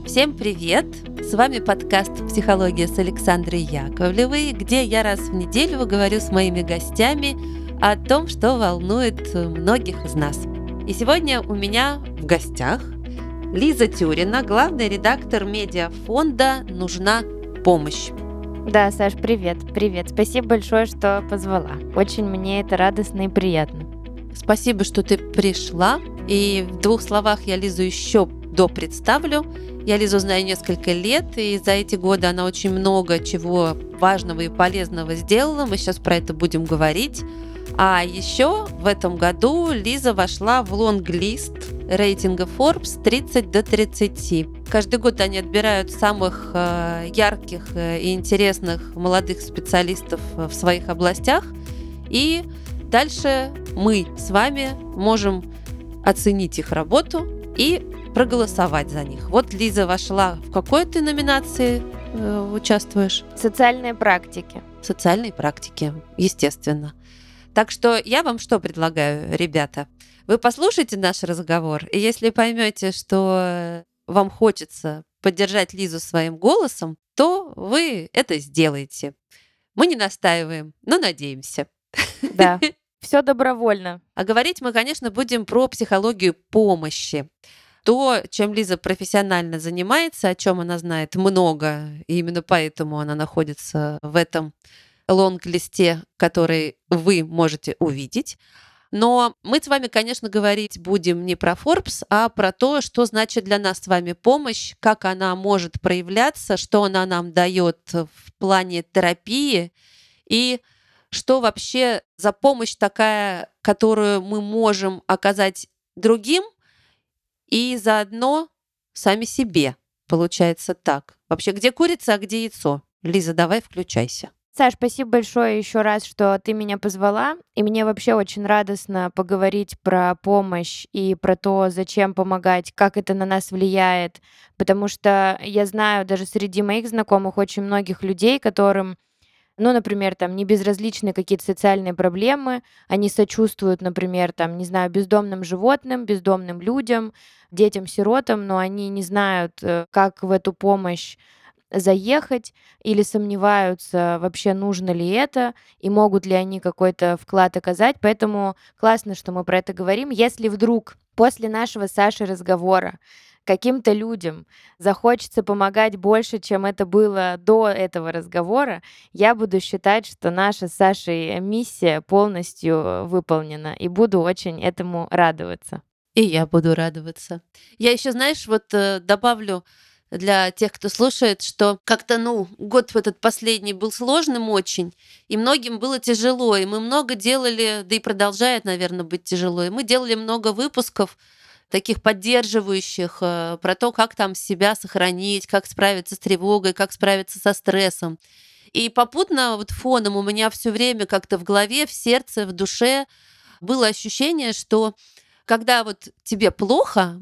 Всем привет! С вами подкаст «Психология» с Александрой Яковлевой, где я раз в неделю говорю с моими гостями о том, что волнует многих из нас. И сегодня у меня в гостях Лиза Тюрина, главный редактор медиафонда «Нужна помощь». Да, Саш, привет. Спасибо большое, что позвала. Очень мне это радостно и приятно. Спасибо, что ты пришла. И в двух словах я Лизу еще допредставлю. Я Лизу знаю несколько лет, и за эти годы она очень много чего важного и полезного сделала. Мы сейчас про это будем говорить. А еще в этом году Лиза вошла в лонглист рейтинга Forbes 30 до 30. Каждый год они отбирают самых ярких и интересных молодых специалистов в своих областях. И дальше мы с вами можем оценить их работу и проголосовать за них. Вот Лиза вошла. В какой ты номинации участвуешь? Социальные практики. Социальные практики, естественно. Так что я вам что предлагаю, ребята? Вы послушайте наш разговор, и если поймете, что вам хочется поддержать Лизу своим голосом, то вы это сделаете. Мы не настаиваем, но надеемся. Да, все добровольно. А говорить мы, конечно, будем про психологию помощи. То, чем Лиза профессионально занимается, о чем она знает много, и именно поэтому она находится в этом лонг-листе, который вы можете увидеть. Но мы с вами, конечно, говорить будем не про Forbes, а про то, что значит для нас с вами помощь, как она может проявляться, что она нам дает в плане терапии и что вообще за помощь такая, которую мы можем оказать другим и заодно сами себе. Получается так. Вообще, где курица, а где яйцо? Лиза, давай включайся. Саш, спасибо большое еще раз, что ты меня позвала. И мне вообще очень радостно поговорить про помощь и про то, зачем помогать, как это на нас влияет. Потому что я знаю даже среди моих знакомых очень многих людей, которым например, там не безразличны какие-то социальные проблемы, они сочувствуют, например, там, не знаю, бездомным животным, бездомным людям, детям-сиротам, но они не знают, как в эту помощь заехать или сомневаются, вообще нужно ли это и могут ли они какой-то вклад оказать. Поэтому классно, что мы про это говорим. Если вдруг после нашего с Сашей разговора каким-то людям захочется помогать больше, чем это было до этого разговора, я буду считать, что наша с Сашей миссия полностью выполнена, и буду очень этому радоваться. И я буду радоваться. Я еще, знаешь, добавлю для тех, кто слушает, что как-то, год этот последний был сложным очень, и многим было тяжело, и мы много делали, да и продолжает, наверное, быть тяжело, и мы делали много выпусков, таких поддерживающих, про то, как там себя сохранить, как справиться с тревогой, как справиться со стрессом. И попутно фоном у меня все время как-то в голове, в сердце, в душе было ощущение, что когда тебе плохо,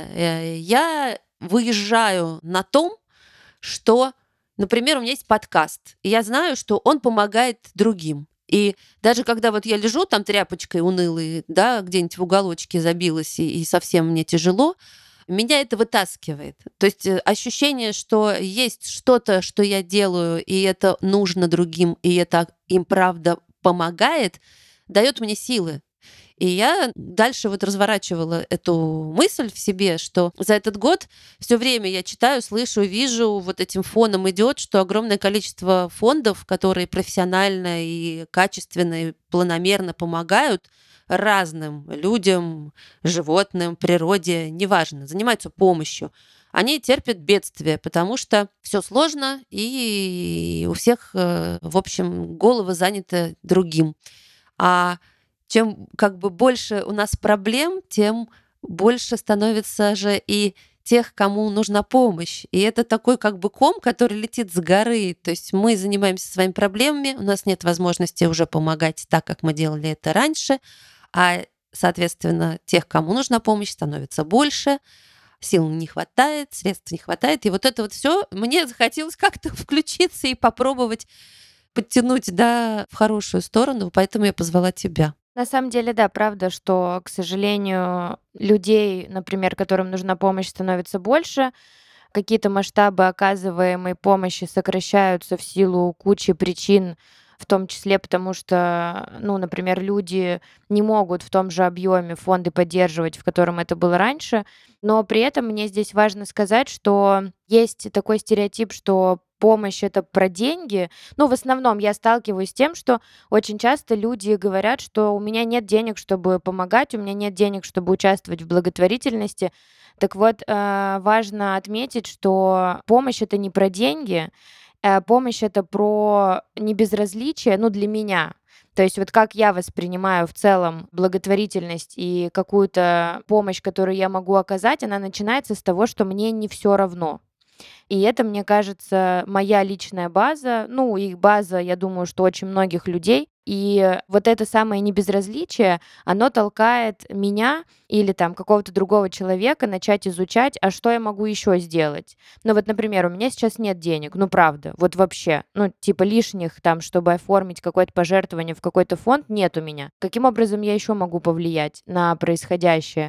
я выезжаю на том, что, например, у меня есть подкаст, и я знаю, что он помогает другим. И даже когда я лежу там тряпочкой унылой, да, где-нибудь в уголочке забилась, и совсем мне тяжело, меня это вытаскивает. То есть ощущение, что есть что-то, что я делаю, и это нужно другим, и это им правда помогает, дает мне силы. И я дальше разворачивала эту мысль в себе, что за этот год все время я читаю, слышу, вижу, этим фоном идет, что огромное количество фондов, которые профессионально и качественно и планомерно помогают разным людям, животным, природе, неважно, занимаются помощью, они терпят бедствие, потому что все сложно, и у всех, в общем, головы заняты другим. А чем больше у нас проблем, тем больше становится же и тех, кому нужна помощь. И это такой ком, который летит с горы. То есть мы занимаемся своими проблемами, у нас нет возможности уже помогать так, как мы делали это раньше, а, соответственно, тех, кому нужна помощь, становится больше, сил не хватает, средств не хватает. И это все мне захотелось как-то включиться и попробовать подтянуть, в хорошую сторону, поэтому я позвала тебя. На самом деле, да, правда, что, к сожалению, людей, например, которым нужна помощь, становится больше. какие-то масштабы оказываемой помощи сокращаются в силу кучи причин, в том числе потому, что, ну, например, люди не могут в том же объеме фонды поддерживать, в котором это было раньше. Но при этом мне здесь важно сказать, что есть такой стереотип, что помощь это про деньги. Ну, в основном я сталкиваюсь с тем, что очень часто люди говорят, что у меня нет денег, чтобы помогать, у меня нет денег, чтобы участвовать в благотворительности. Так вот, важно отметить, что помощь это не про деньги, помощь это про небезразличие, ну, для меня. То есть вот как я воспринимаю в целом благотворительность и какую-то помощь, которую я могу оказать, она начинается с того, что мне не все равно. И это, мне кажется, моя личная база, ну, и база, я думаю, что очень многих людей. И вот это самое небезразличие, оно толкает меня или там какого-то другого человека начать изучать, а что я могу еще сделать. Ну вот, например, у меня сейчас нет денег, ну правда, вот вообще, ну типа лишних там, чтобы оформить какое-то пожертвование в какой-то фонд, нет у меня. Каким образом я еще могу повлиять на происходящее?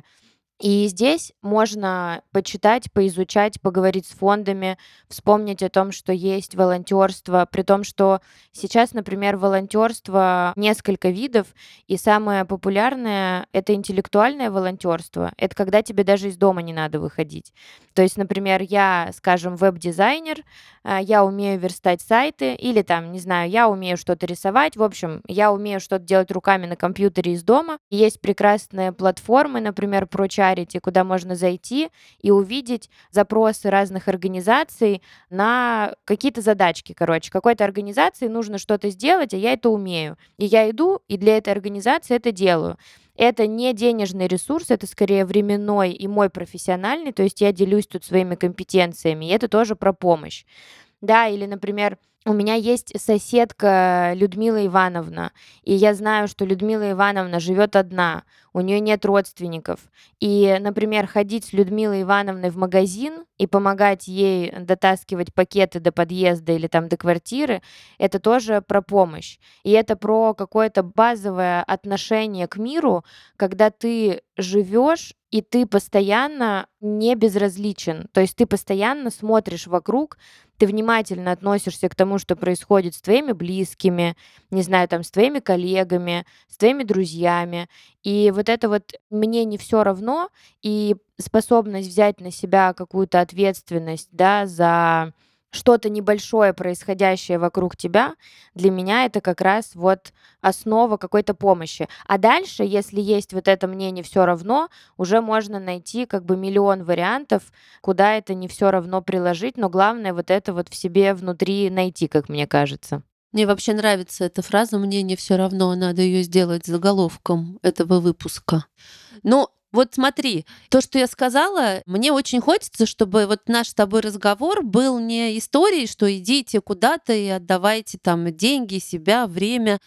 И здесь можно почитать, поизучать, поговорить с фондами, вспомнить о том, что есть волонтерство, при том, что сейчас, например, волонтерство несколько видов, и самое популярное это интеллектуальное волонтерство. Это когда тебе даже из дома не надо выходить. То есть, например, я, скажем, веб-дизайнер, я умею верстать сайты, или там, не знаю, я умею что-то рисовать. В общем, я умею что-то делать руками на компьютере из дома. И есть прекрасные платформы, например, про чарити, куда можно зайти и увидеть запросы разных организаций на какие-то задачки. Короче, какой-то организации нужно что-то сделать, а я это умею. И я иду, и для этой организации это делаю. Это не денежный ресурс, это скорее временной и мой профессиональный, то есть я делюсь тут своими компетенциями, и это тоже про помощь. Да, или, например, у меня есть соседка Людмила Ивановна, и я знаю, что Людмила Ивановна живет одна, у нее нет родственников. И, например, ходить с Людмилой Ивановной в магазин и помогать ей дотаскивать пакеты до подъезда или там до квартиры, это тоже про помощь. И это про какое-то базовое отношение к миру, когда ты живешь и ты постоянно не безразличен. То есть ты постоянно смотришь вокруг, ты внимательно относишься к тому, что происходит с твоими близкими, не знаю, там, с твоими коллегами, с твоими друзьями. И вот это вот мне не все равно, и способность взять на себя какую-то ответственность, да, за что-то небольшое, происходящее вокруг тебя, для меня это как раз вот основа какой-то помощи. А дальше, если есть вот это мне не все равно, уже можно найти как бы миллион вариантов, куда это не все равно приложить, но главное вот это вот в себе внутри найти, как мне кажется. Мне вообще нравится эта фраза «мне не все равно», надо ее сделать заголовком этого выпуска. Ну, вот смотри, то, что я сказала, мне очень хочется, чтобы вот наш с тобой разговор был не историей, что идите куда-то и отдавайте там деньги, себя, время,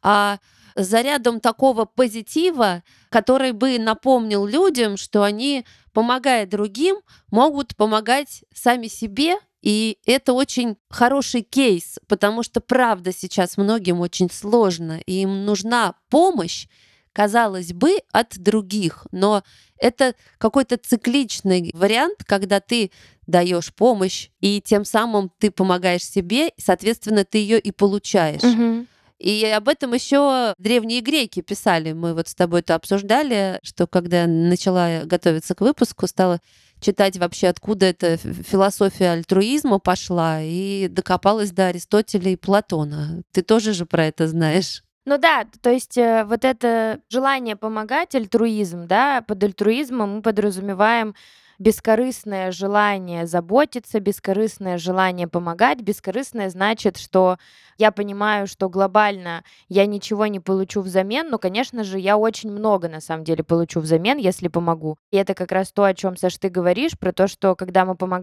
а зарядом такого позитива, который бы напомнил людям, что они, помогая другим, могут помогать сами себе. И это очень хороший кейс, потому что, правда, сейчас многим очень сложно, и им нужна помощь, казалось бы, от других. Но это какой-то цикличный вариант, когда ты даешь помощь, и тем самым ты помогаешь себе, и, соответственно, ты ее и получаешь. Мгм. И об этом еще древние греки писали. Мы вот с тобой это обсуждали, что когда я начала готовиться к выпуску, стала читать вообще, откуда эта философия альтруизма пошла, и докопалась до Аристотеля и Платона. Ты тоже же про это знаешь? Ну да, то есть вот это желание помогать, альтруизм, да, под альтруизмом мы подразумеваем бескорыстное желание заботиться, бескорыстное желание помогать. Бескорыстное значит, что я понимаю, что глобально я ничего не получу взамен, но, конечно же, я очень много на самом деле получу взамен, если помогу. И это как раз то, о чем, Саш, ты говоришь, про то, что когда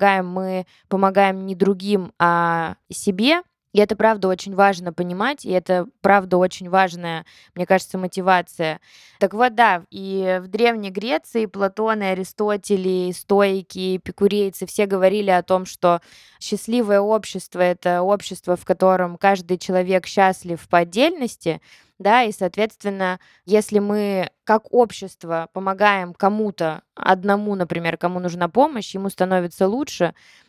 мы помогаем не другим, а себе. И это правда очень важно понимать, и это правда очень важная, мне кажется, мотивация. Так вот, да, и в Древней Греции Платон и Аристотель, и стоики, и эпикурейцы все говорили о том, что счастливое общество — это общество, в котором каждый человек счастлив по отдельности, да, и, соответственно, если мы как общество помогаем кому-то одному, например, кому нужна помощь, ему становится лучше,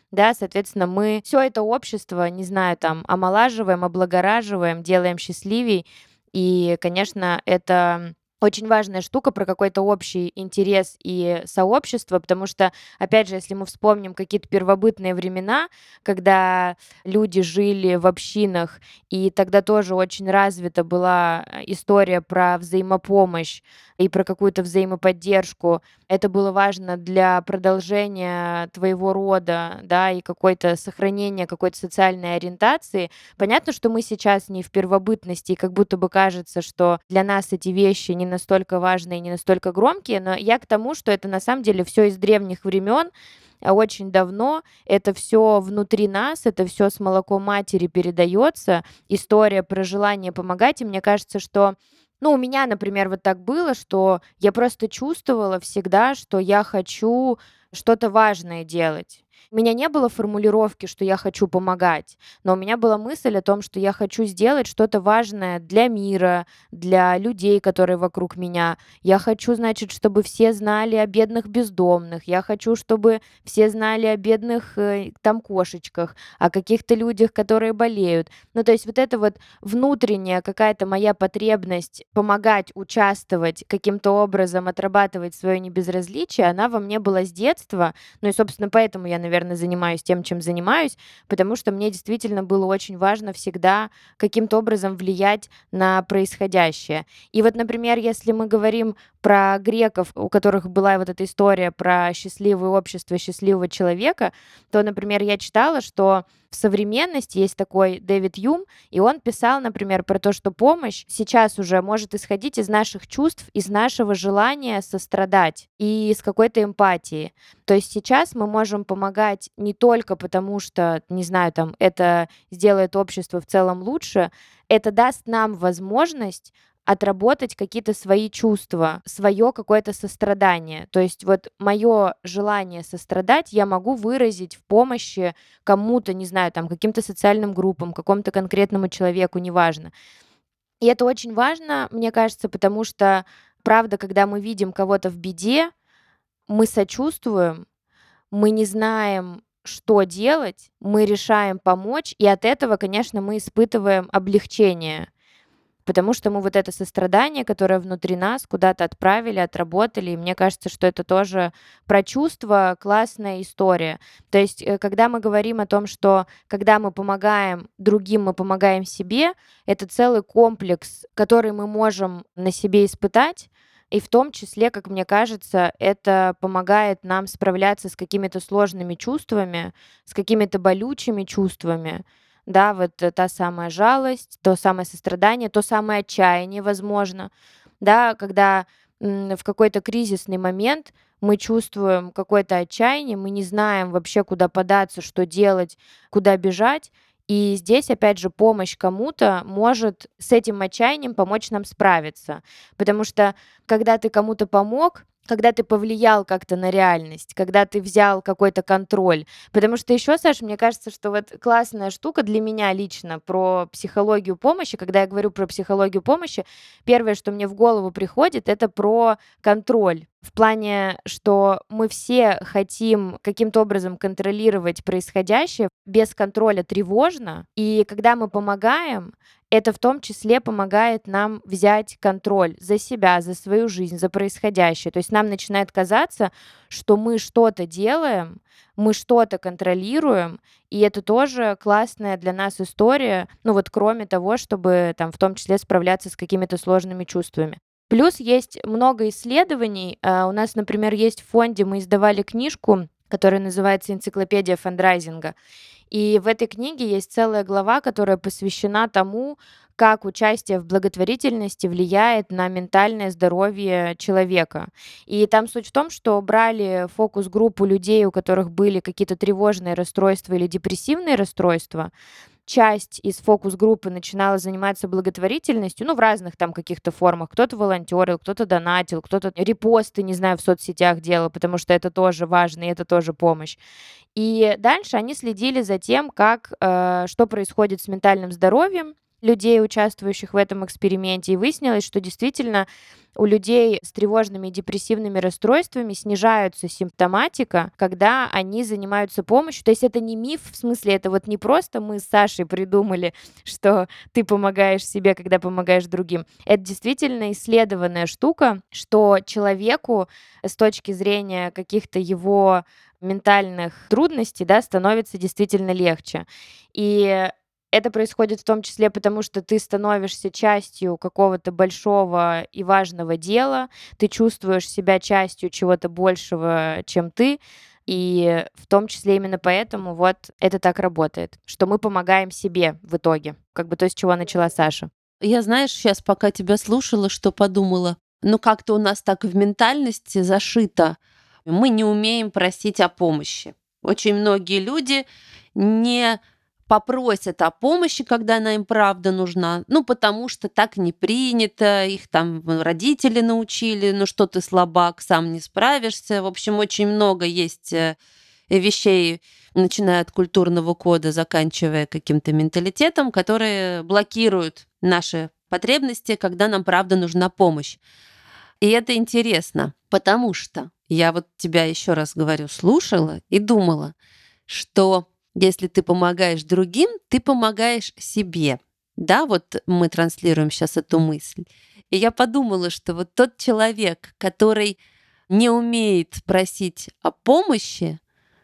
да, соответственно, мы все это общество, не знаю, там, омолаживаем, облагораживаем, делаем счастливей. И, конечно, это очень важная штука про какой-то общий интерес и сообщество, потому что, опять же, если мы вспомним какие-то первобытные времена, когда люди жили в общинах, и тогда тоже очень развита была история про взаимопомощь и про какую-то взаимоподдержку. Это было важно для продолжения твоего рода, да, и какой-то сохранения какой-то социальной ориентации. Понятно, что мы сейчас не в первобытности, и как будто бы кажется, что для нас эти вещи не настолько важные, не настолько громкие, но я к тому, что это на самом деле все из древних времен, очень давно, это все внутри нас, это все с молоком матери передается, история про желание помогать, и мне кажется, что у меня, например, вот так было, что я просто чувствовала всегда, что я хочу что-то важное делать. У меня не было формулировки, что я хочу помогать, но у меня была мысль о том, что я хочу сделать что-то важное для мира, для людей, которые вокруг меня. Я хочу, значит, чтобы все знали о бедных бездомных. Я хочу, чтобы все знали о бедных там кошечках, о каких-то людях, которые болеют. Ну, то есть вот это вот внутренняя какая-то моя потребность помогать, участвовать, каким-то образом отрабатывать свое небезразличие, она во мне была с детства. Ну и, собственно, поэтому я, наверное, занимаюсь тем, чем занимаюсь, потому что мне действительно было очень важно всегда каким-то образом влиять на происходящее. И вот, например, если мы говорим про греков, у которых была вот эта история про счастливое общество счастливого человека, то, например, я читала, что в современности есть такой Дэвид Юм, и он писал, например, про то, что помощь сейчас уже может исходить из наших чувств, из нашего желания сострадать и из какой-то эмпатии. То есть сейчас мы можем помогать не только потому, что, не знаю, там, это сделает общество в целом лучше, это даст нам возможность отработать какие-то свои чувства, свое какое-то сострадание. То есть вот мое желание сострадать я могу выразить в помощи кому-то, не знаю, там, каким-то социальным группам, какому-то конкретному человеку, неважно. И это очень важно, мне кажется, потому что, правда, когда мы видим кого-то в беде, мы сочувствуем, мы не знаем, что делать, мы решаем помочь, и от этого, конечно, мы испытываем облегчение, потому что мы вот это сострадание, которое внутри нас, куда-то отправили, отработали, и мне кажется, что это тоже про чувства классная история. То есть, когда мы говорим о том, что когда мы помогаем другим, мы помогаем себе, это целый комплекс, который мы можем на себе испытать, и в том числе, как мне кажется, это помогает нам справляться с какими-то сложными чувствами, с какими-то болючими чувствами. Да, вот та самая жалость, то самое сострадание, то самое отчаяние, возможно. Да, когда в какой-то кризисный момент мы чувствуем какое-то отчаяние, мы не знаем вообще, куда податься, что делать, куда бежать. И здесь, опять же, помощь кому-то может с этим отчаянием помочь нам справиться. Потому что, когда ты кому-то помог, когда ты повлиял как-то на реальность, когда ты взял какой-то контроль. Потому что еще, Саша, мне кажется, что вот классная штука для меня лично про психологию помощи, когда я говорю про психологию помощи, первое, что мне в голову приходит, это про контроль. В плане, что мы все хотим каким-то образом контролировать происходящее, без контроля тревожно, и когда мы помогаем, это в том числе помогает нам взять контроль за себя, за свою жизнь, за происходящее. То есть нам начинает казаться, что мы что-то делаем, мы что-то контролируем, и это тоже классная для нас история, ну вот кроме того, чтобы там в том числе справляться с какими-то сложными чувствами. Плюс есть много исследований. У нас, например, есть в фонде, мы издавали книжку, которая называется «Энциклопедия фандрайзинга». И в этой книге есть целая глава, которая посвящена тому, как участие в благотворительности влияет на ментальное здоровье человека. И там суть в том, что брали фокус-группу людей, у которых были какие-то тревожные расстройства или депрессивные расстройства, часть из фокус-группы начинала заниматься благотворительностью, ну, в разных там каких-то формах. Кто-то волонтерил, кто-то донатил, кто-то репосты, не знаю, в соцсетях делал, потому что это тоже важно, и это тоже помощь. И дальше они следили за тем, что происходит с ментальным здоровьем, людей, участвующих в этом эксперименте, и выяснилось, что действительно у людей с тревожными и депрессивными расстройствами снижается симптоматика, когда они занимаются помощью. То есть это не миф, в смысле, это вот не просто мы с Сашей придумали, что ты помогаешь себе, когда помогаешь другим. Это действительно исследованная штука, что человеку с точки зрения каких-то его ментальных трудностей, да, становится действительно легче. И это происходит в том числе потому, что ты становишься частью какого-то большого и важного дела, ты чувствуешь себя частью чего-то большего, чем ты, и в том числе именно поэтому вот это так работает, что мы помогаем себе в итоге, как бы то, с чего начала Саша. Я, знаешь, сейчас, пока тебя слушала, что подумала. Ну, как-то у нас так в ментальности зашито. Мы не умеем просить о помощи. Очень многие люди не попросят о помощи, когда она им правда нужна. Ну, потому что так не принято, их там родители научили, ну что ты слабак, сам не справишься. В общем, очень много есть вещей, начиная от культурного кода, заканчивая каким-то менталитетом, которые блокируют наши потребности, когда нам правда нужна помощь. И это интересно, потому что я вот тебя еще раз говорю, слушала и думала, что если ты помогаешь другим, ты помогаешь себе. Да, вот мы транслируем сейчас эту мысль. И я подумала, что вот тот человек, который не умеет просить о помощи,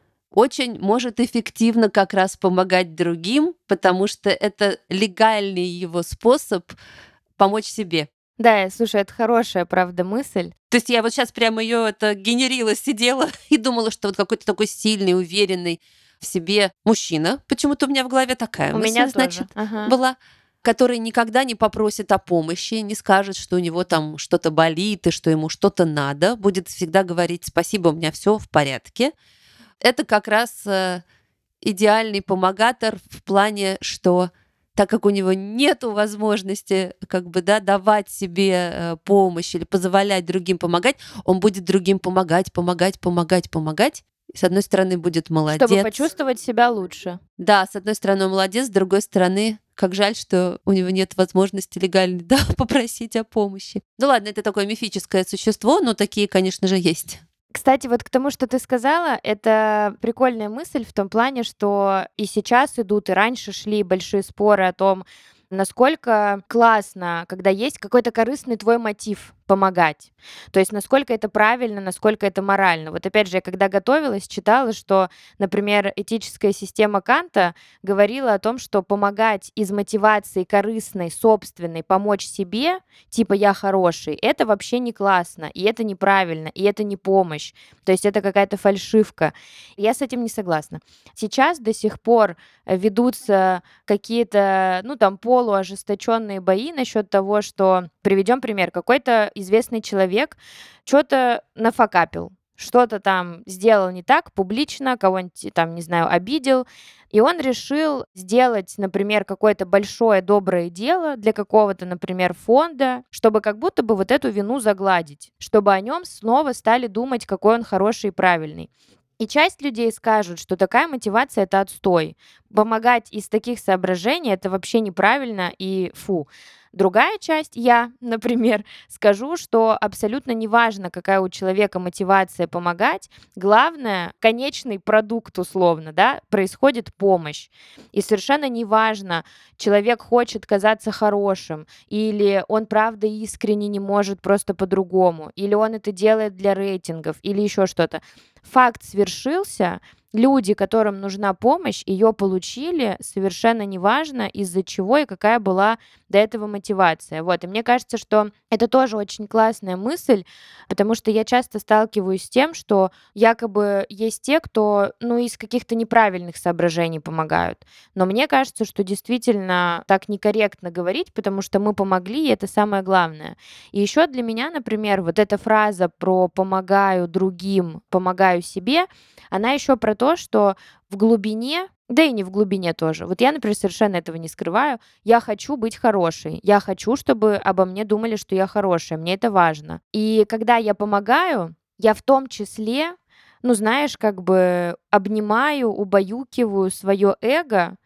очень может эффективно как раз помогать другим, потому что это легальный его способ помочь себе. Да, слушай, это хорошая, правда, мысль. То есть я вот сейчас прямо ее это генерила, сидела и думала, что вот какой-то такой сильный, уверенный в себе мужчина, почему-то у меня в голове такая У меня мысль, тоже. значит, Ага. была, который никогда не попросит о помощи, не скажет, что у него там что-то болит и что ему что-то надо, будет всегда говорить «спасибо, у меня все в порядке». Это как раз идеальный помогатор в плане, что так как у него нет возможности как бы, да, давать себе помощь или позволять другим помогать, он будет другим помогать, помогать, помогать, помогать. И с одной стороны, будет Чтобы молодец. почувствовать себя лучше. Да, с одной стороны, он молодец, с другой стороны, как жаль, что у него нет возможности легальной, да, попросить о помощи. Ну ладно, это такое мифическое существо, но такие, конечно же, есть. Кстати, вот к тому, что ты сказала, это прикольная мысль в том плане, что и сейчас идут, и раньше шли большие споры о том, насколько классно, когда есть какой-то корыстный твой мотив помогать. То есть насколько это правильно, насколько это морально. Вот опять же, я когда готовилась, читала, что, например, этическая система Канта говорила о том, что помогать из мотивации корыстной, собственной, помочь себе, типа «я хороший», это вообще не классно, и это неправильно, и это не помощь. То есть это какая-то фальшивка. Я с этим не согласна. Сейчас до сих пор ведутся какие-то, ну, там, полуожесточенные бои насчет того, что, приведем пример, какой-то известный человек что-то нафакапил, что-то там сделал не так публично, кого-нибудь там, не знаю, обидел, и он решил сделать, например, какое-то большое доброе дело для какого-то, например, фонда, чтобы как будто бы вот эту вину загладить, чтобы о нем снова стали думать, какой он хороший и правильный. И часть людей скажут, что такая мотивация — это отстой. Помогать из таких соображений — это вообще неправильно и фу. Другая часть, я, например, скажу, что абсолютно неважно, какая у человека мотивация помогать, главное, конечный продукт условно, да, происходит помощь. И совершенно неважно, человек хочет казаться хорошим, или он правда искренне не может просто по-другому, или он это делает для рейтингов, или еще что-то. Факт свершился, люди, которым нужна помощь, ее получили, совершенно неважно, из-за чего и какая была до этого мотивация. Вот. И мне кажется, что это тоже очень классная мысль, потому что я часто сталкиваюсь с тем, что якобы есть те, кто, ну, из каких-то неправильных соображений помогают. Но мне кажется, что действительно так некорректно говорить, потому что мы помогли, и это самое главное. И еще для меня, например, вот эта фраза про «помогаю другим, помогаю себе», она еще про то, что в глубине, да и не в глубине тоже. Вот я, например, совершенно этого не скрываю. Я хочу быть хорошей. Я хочу, чтобы обо мне думали, что я хорошая. Мне это важно. И когда я помогаю, я в том числе, ну, знаешь, как бы обнимаю, убаюкиваю свое эго,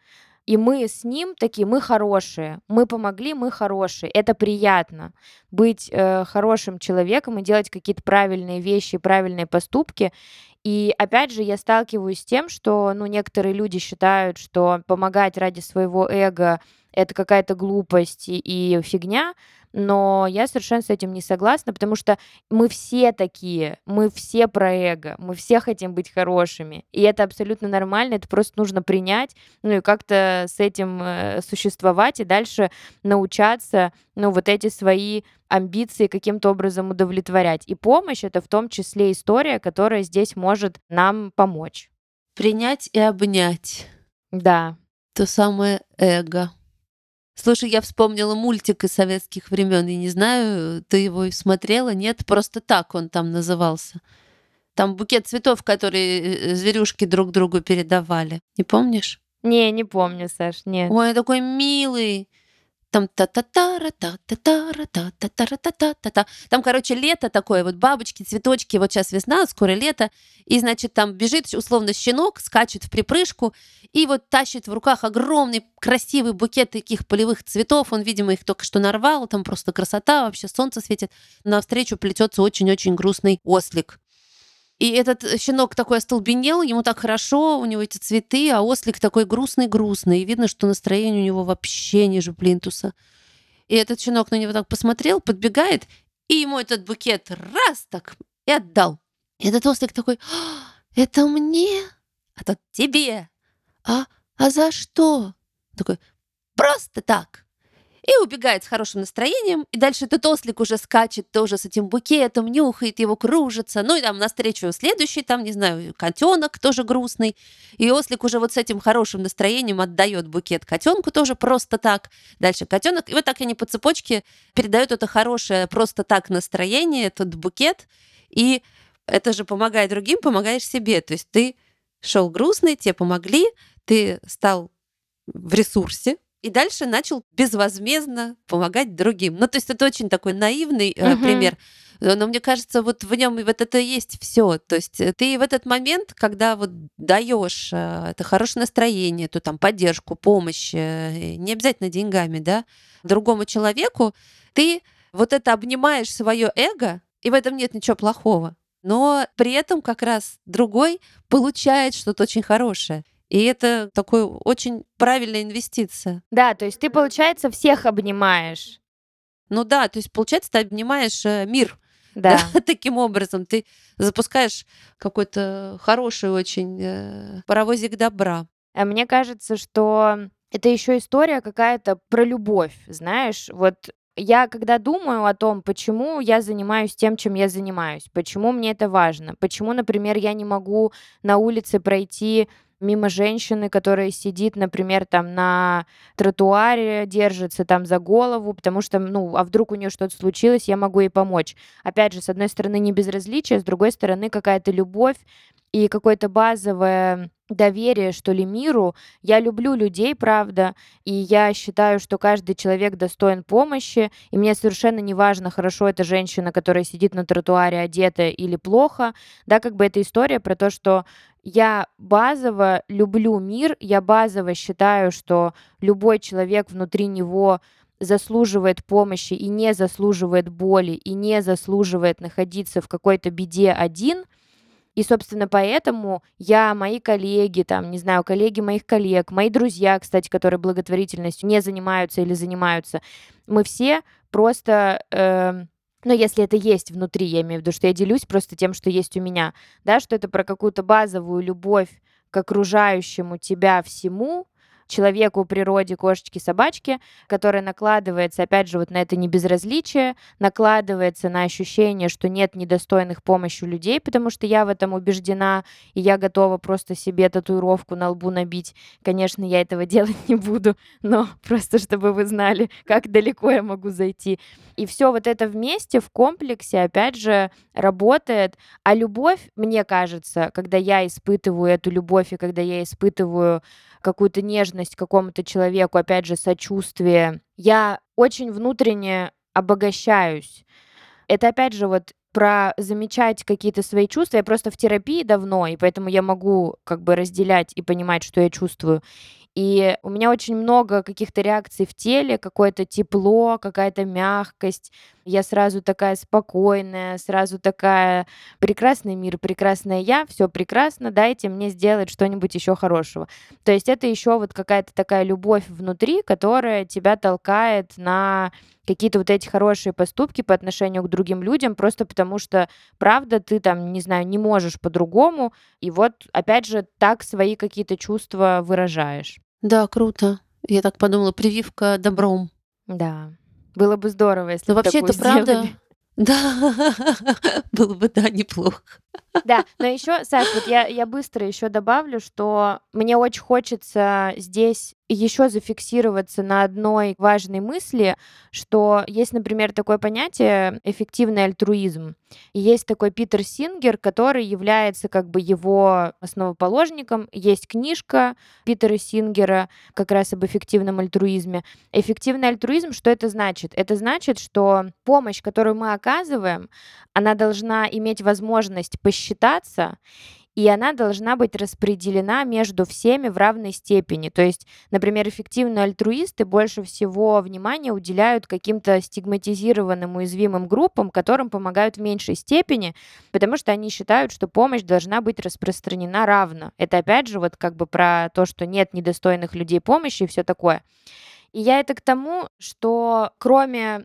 И мы с ним такие: мы хорошие, мы помогли, мы хорошие. Это приятно быть хорошим человеком и делать какие-то правильные вещи, правильные поступки. И опять же, я сталкиваюсь с тем, что, ну, некоторые люди считают, что помогать ради своего эго — это какая-то глупость и фигня, но я совершенно с этим не согласна, потому что мы все такие, мы все про эго, мы все хотим быть хорошими, и это абсолютно нормально, это просто нужно принять, ну и как-то с этим существовать и дальше научаться, ну, вот эти свои амбиции каким-то образом удовлетворять. И помощь — это в том числе история, которая здесь может нам помочь. Принять и обнять Да. то самое эго. Слушай, я вспомнила мультик из советских времен. Я не знаю, ты его смотрела? Нет, просто так он там назывался. Там букет цветов, которые зверюшки друг другу передавали. Не помнишь? Не помню, Саш, нет. Ой, такой милый. Там та-та-тара, та-та-тара, та-та-тара-та-та-та-та. Там, короче, лето такое, вот бабочки, цветочки, вот сейчас весна, скоро лето, и, значит, там бежит условно щенок, скачет в припрыжку, и вот тащит в руках огромный красивый букет таких полевых цветов, он, видимо, их только что нарвал, там просто красота, вообще солнце светит, навстречу плетется очень-очень грустный ослик. И этот щенок такой остолбенел, ему так хорошо, у него эти цветы, а ослик такой грустный-грустный. И видно, что настроение у него вообще ниже плинтуса. И этот щенок на него так посмотрел, подбегает, и ему этот букет раз так и отдал. И этот ослик такой: это мне? А тот: тебе. А, а за что? Такой: просто так. И убегает с хорошим настроением, и дальше этот ослик уже скачет тоже с этим букетом, нюхает его, кружится. Ну и там навстречу следующий, там, не знаю, котенок тоже грустный. И ослик уже вот с этим хорошим настроением отдает букет котенку тоже просто так. Дальше котенок. И вот так они по цепочке передают это хорошее просто так настроение, этот букет. И это же помогает другим, помогаешь себе. То есть ты шел грустный, тебе помогли, ты стал в ресурсе, и дальше начал безвозмездно помогать другим. Ну, то есть это очень такой наивный Мгм. пример, но мне кажется, вот в нем и вот это есть все. То есть ты в этот момент, когда вот даешь это хорошее настроение, то там поддержку, помощь, не обязательно деньгами, да, другому человеку, ты вот это обнимаешь свое эго, и в этом нет ничего плохого. Но при этом как раз другой получает что-то очень хорошее. И это такой очень правильная инвестиция. Да, то есть ты, получается, всех обнимаешь. Ну да, то есть, получается, ты обнимаешь мир, да, Да. таким образом. Ты запускаешь какой-то хороший очень паровозик добра. А мне кажется, что это еще история какая-то про любовь, знаешь. Вот я когда думаю о том, почему я занимаюсь тем, чем я занимаюсь, почему мне это важно, почему, например, я не могу на улице пройти мимо женщины, которая сидит, например, там на тротуаре, держится там за голову, потому что, ну, а вдруг у нее что-то случилось, я могу ей помочь. Опять же, с одной стороны, не безразличие, с другой стороны, какая-то любовь и какое-то базовое доверие, что ли, миру. Я люблю людей, правда, и я считаю, что каждый человек достоин помощи, и мне совершенно не важно, хорошо эта женщина, которая сидит на тротуаре, одета или плохо, да, как бы эта история про то, что я базово люблю мир, я базово считаю, что любой человек внутри него заслуживает помощи и не заслуживает боли, и не заслуживает находиться в какой-то беде один. И, собственно, поэтому я, мои коллеги, там, не знаю, коллеги моих коллег, мои друзья, кстати, которые благотворительностью не занимаются или занимаются, мы все просто, ну, если это есть внутри, я имею в виду, что я делюсь просто тем, что есть у меня, да, что это про какую-то базовую любовь к окружающему тебя всему, человеку, природе, кошечке, собачке, которая накладывается, опять же, вот на это небезразличие, накладывается на ощущение, что нет недостойных помощи у людей, потому что я в этом убеждена, и я готова просто себе татуировку на лбу набить. Конечно, я этого делать не буду, но просто чтобы вы знали, как далеко я могу зайти. И все вот это вместе в комплексе, опять же, работает. А любовь, мне кажется, когда я испытываю эту любовь и когда я испытываю какую-то нежность к какому-то человеку, опять же, сочувствие, я очень внутренне обогащаюсь. Это опять же вот про замечать какие-то свои чувства. Я просто в терапии давно, и поэтому я могу как бы разделять и понимать, что я чувствую. И у меня очень много каких-то реакций в теле, какое-то тепло, какая-то мягкость. Я сразу такая спокойная, сразу такая: прекрасный мир, прекрасная я, все прекрасно, дайте мне сделать что-нибудь еще хорошего. То есть это еще вот какая-то такая любовь внутри, которая тебя толкает на какие-то вот эти хорошие поступки по отношению к другим людям, просто потому что, правда, ты там, не знаю, не можешь по-другому, и вот, опять же, так свои какие-то чувства выражаешь. Да, круто. Я так подумала, прививка добром. Да, было бы здорово, если Но бы вообще такую это правда. сделали. Да, было бы, да, неплохо. Да, но еще, Саш, вот я быстро еще добавлю, что мне очень хочется здесь еще зафиксироваться на одной важной мысли, что есть, например, такое понятие эффективный альтруизм. И есть такой Питер Сингер, который является как бы его основоположником. Есть книжка Питера Сингера как раз об эффективном альтруизме. Эффективный альтруизм, что это значит? Это значит, что помощь, которую мы оказываем, она должна иметь возможность посчитаться, и она должна быть распределена между всеми в равной степени. То есть, например, эффективные альтруисты больше всего внимания уделяют каким-то стигматизированным, уязвимым группам, которым помогают в меньшей степени, потому что они считают, что помощь должна быть распространена равно. Это опять же вот как бы про то, что нет недостойных людей помощи и все такое. И я это к тому, что кроме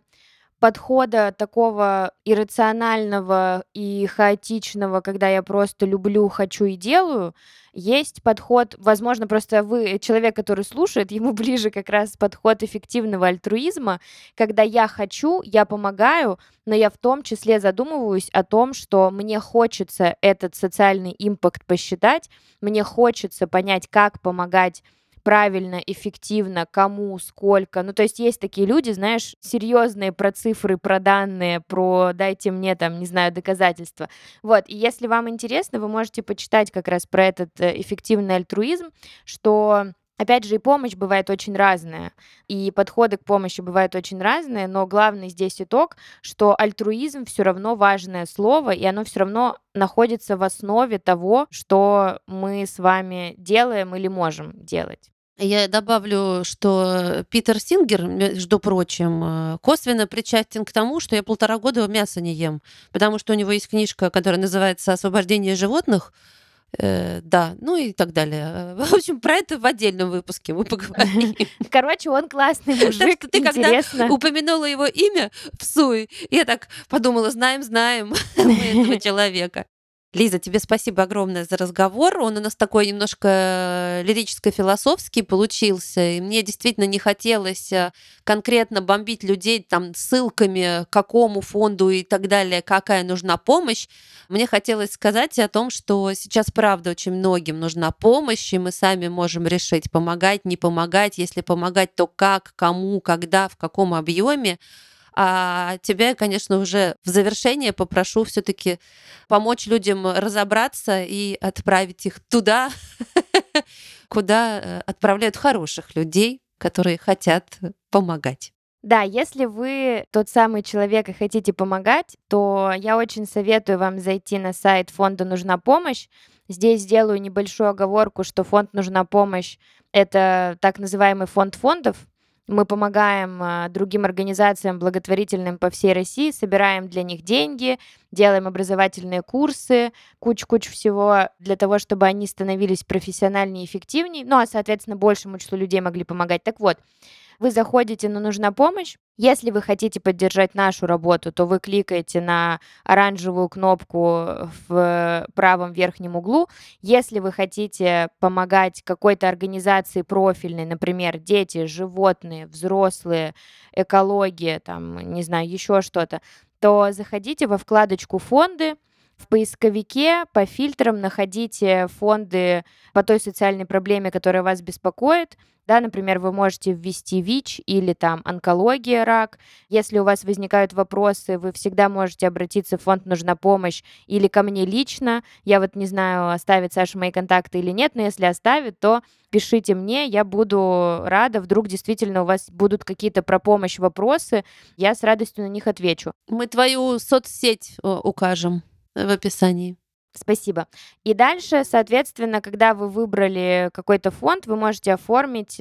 подхода такого иррационального и хаотичного, когда я просто люблю, хочу и делаю, есть подход, возможно, просто вы, человек, который слушает, ему ближе как раз подход эффективного альтруизма, когда я хочу, я помогаю, но я в том числе задумываюсь о том, что мне хочется этот социальный импакт посчитать, мне хочется понять, как помогать правильно, эффективно, кому, сколько. Ну, то есть есть такие люди, знаешь, серьезные про цифры, про данные, про дайте мне там, не знаю, доказательства. Вот, и если вам интересно, вы можете почитать как раз про этот эффективный альтруизм, что опять же, и помощь бывает очень разная, и подходы к помощи бывают очень разные, но главный здесь итог, что альтруизм все равно важное слово, и оно все равно находится в основе того, что мы с вами делаем или можем делать. Я добавлю, что Питер Сингер, между прочим, косвенно причастен к тому, что я 1,5 года мяса не ем, потому что у него есть книжка, которая называется «Освобождение животных». Да, ну и так далее. В общем, про это в отдельном выпуске мы поговорим. Короче, он классный Так мужик, что ты, когда интересно. упомянула его имя в суе, я так подумала, знаем мы этого человека. Лиза, тебе спасибо огромное за разговор. Он у нас такой немножко лирическо-философский получился. И мне действительно не хотелось конкретно бомбить людей там ссылками, к какому фонду и так далее, какая нужна помощь. Мне хотелось сказать о том, что сейчас, правда, очень многим нужна помощь, и мы сами можем решить, помогать, не помогать. Если помогать, то как, кому, когда, в каком объеме. А тебя я, конечно, уже в завершение попрошу все-таки помочь людям разобраться и отправить их туда, куда отправляют хороших людей, которые хотят помогать. Да, если вы тот самый человек и хотите помогать, то я очень советую вам зайти на сайт фонда «Нужна помощь». Здесь сделаю небольшую оговорку, что фонд «Нужна помощь» — это так называемый фонд фондов. Мы помогаем другим организациям благотворительным по всей России, собираем для них деньги, делаем образовательные курсы, кучу-кучу всего для того, чтобы они становились профессиональнее и эффективнее, ну а, соответственно, большему числу людей могли помогать. Так вот, вы заходите на «Нужна помощь». Если вы хотите поддержать нашу работу, то вы кликаете на оранжевую кнопку в правом верхнем углу. Если вы хотите помогать какой-то организации профильной, например, дети, животные, взрослые, экология, там, не знаю, еще что-то, то заходите во вкладочку «Фонды», в поисковике по фильтрам находите фонды по той социальной проблеме, которая вас беспокоит. Да, например, вы можете ввести ВИЧ или там онкология, рак. Если у вас возникают вопросы, вы всегда можете обратиться в фонд «Нужна помощь» или ко мне лично. Я вот не знаю, оставит Саша мои контакты или нет, но если оставит, то пишите мне, я буду рада. Вдруг действительно у вас будут какие-то про помощь вопросы, я с радостью на них отвечу. Мы твою соцсеть укажем в описании. Спасибо. И дальше, соответственно, когда вы выбрали какой-то фонд, вы можете оформить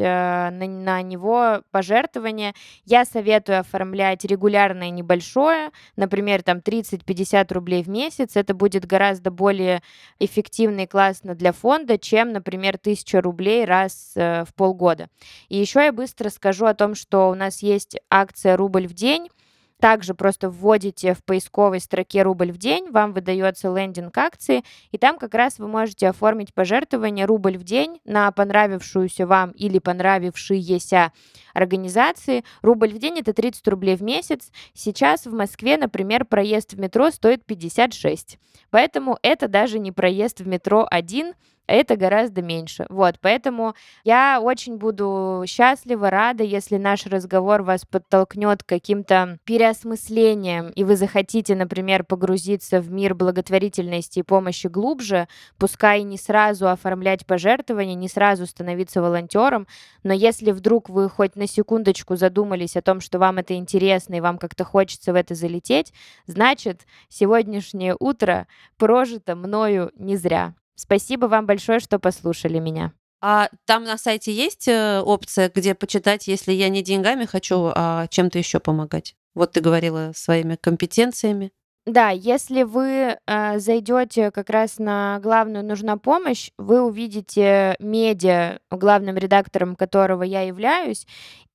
на него пожертвование. Я советую оформлять регулярное небольшое, например, там 30-50 рублей в месяц. Это будет гораздо более эффективно и классно для фонда, чем, например, 1000 рублей раз в полгода. И еще я быстро скажу о том, что у нас есть акция «Рубль в день». Также просто вводите в поисковой строке «Рубль в день», вам выдается лендинг акции, и там как раз вы можете оформить пожертвование «Рубль в день» на понравившуюся вам или понравившиеся организации. «Рубль в день» — это 30 рублей в месяц. Сейчас в Москве, например, проезд в метро стоит 56. Поэтому это даже не проезд в метро один, а это гораздо меньше. Вот, поэтому я очень буду счастлива, рада, если наш разговор вас подтолкнет к каким-то переосмыслениям, и вы захотите, например, погрузиться в мир благотворительности и помощи глубже, пускай не сразу оформлять пожертвования, не сразу становиться волонтером, но если вдруг вы хоть на секундочку задумались о том, что вам это интересно и вам как-то хочется в это залететь, значит, сегодняшнее утро прожито мною не зря. Спасибо вам большое, что послушали меня. А там на сайте есть опция, где почитать, если я не деньгами хочу, а чем-то еще помогать? Вот ты говорила своими компетенциями. Да, если вы зайдете как раз на главную «Нужна помощь», вы увидите медиа, главным редактором которого я являюсь.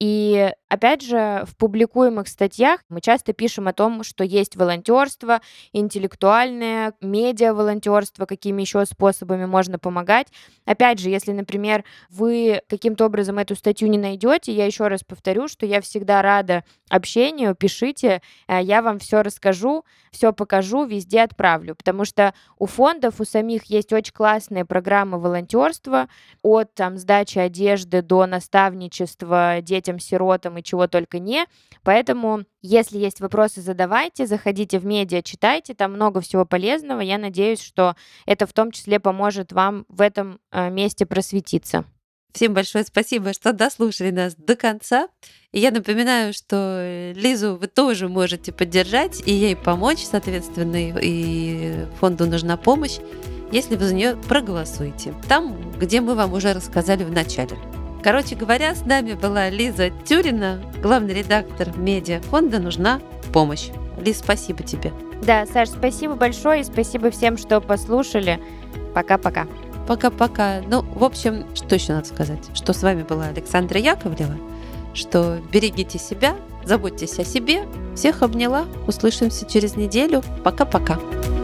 И опять же, в публикуемых статьях мы часто пишем о том, что есть волонтерство, интеллектуальное, медиа-волонтерство, какими еще способами можно помогать. Опять же, если, например, вы каким-то образом эту статью не найдете, я еще раз повторю, что я всегда рада общению, пишите, я вам все расскажу, все покажу, везде отправлю, потому что у фондов, у самих есть очень классные программы волонтерства, от там сдачи одежды до наставничества детям-сиротам и чего только не. Поэтому, если есть вопросы, задавайте, заходите в медиа, читайте, там много всего полезного. Я надеюсь, что это в том числе поможет вам в этом месте просветиться. Всем большое спасибо, что дослушали нас до конца. И я напоминаю, что Лизу вы тоже можете поддержать и ей помочь, соответственно, и фонду нужна помощь, если вы за нее проголосуете. Там, где мы вам уже рассказали в начале. Короче говоря, с нами была Лиза Тюрина, главный редактор медиа фонда «Нужна помощь». Лиз, спасибо тебе. Да, Саш, спасибо большое и спасибо всем, что послушали. Пока-пока. Пока-пока. Ну, в общем, что еще надо сказать? Что с вами была Александра Яковлева, что берегите себя, заботьтесь о себе. Всех обняла. Услышимся через неделю. Пока-пока.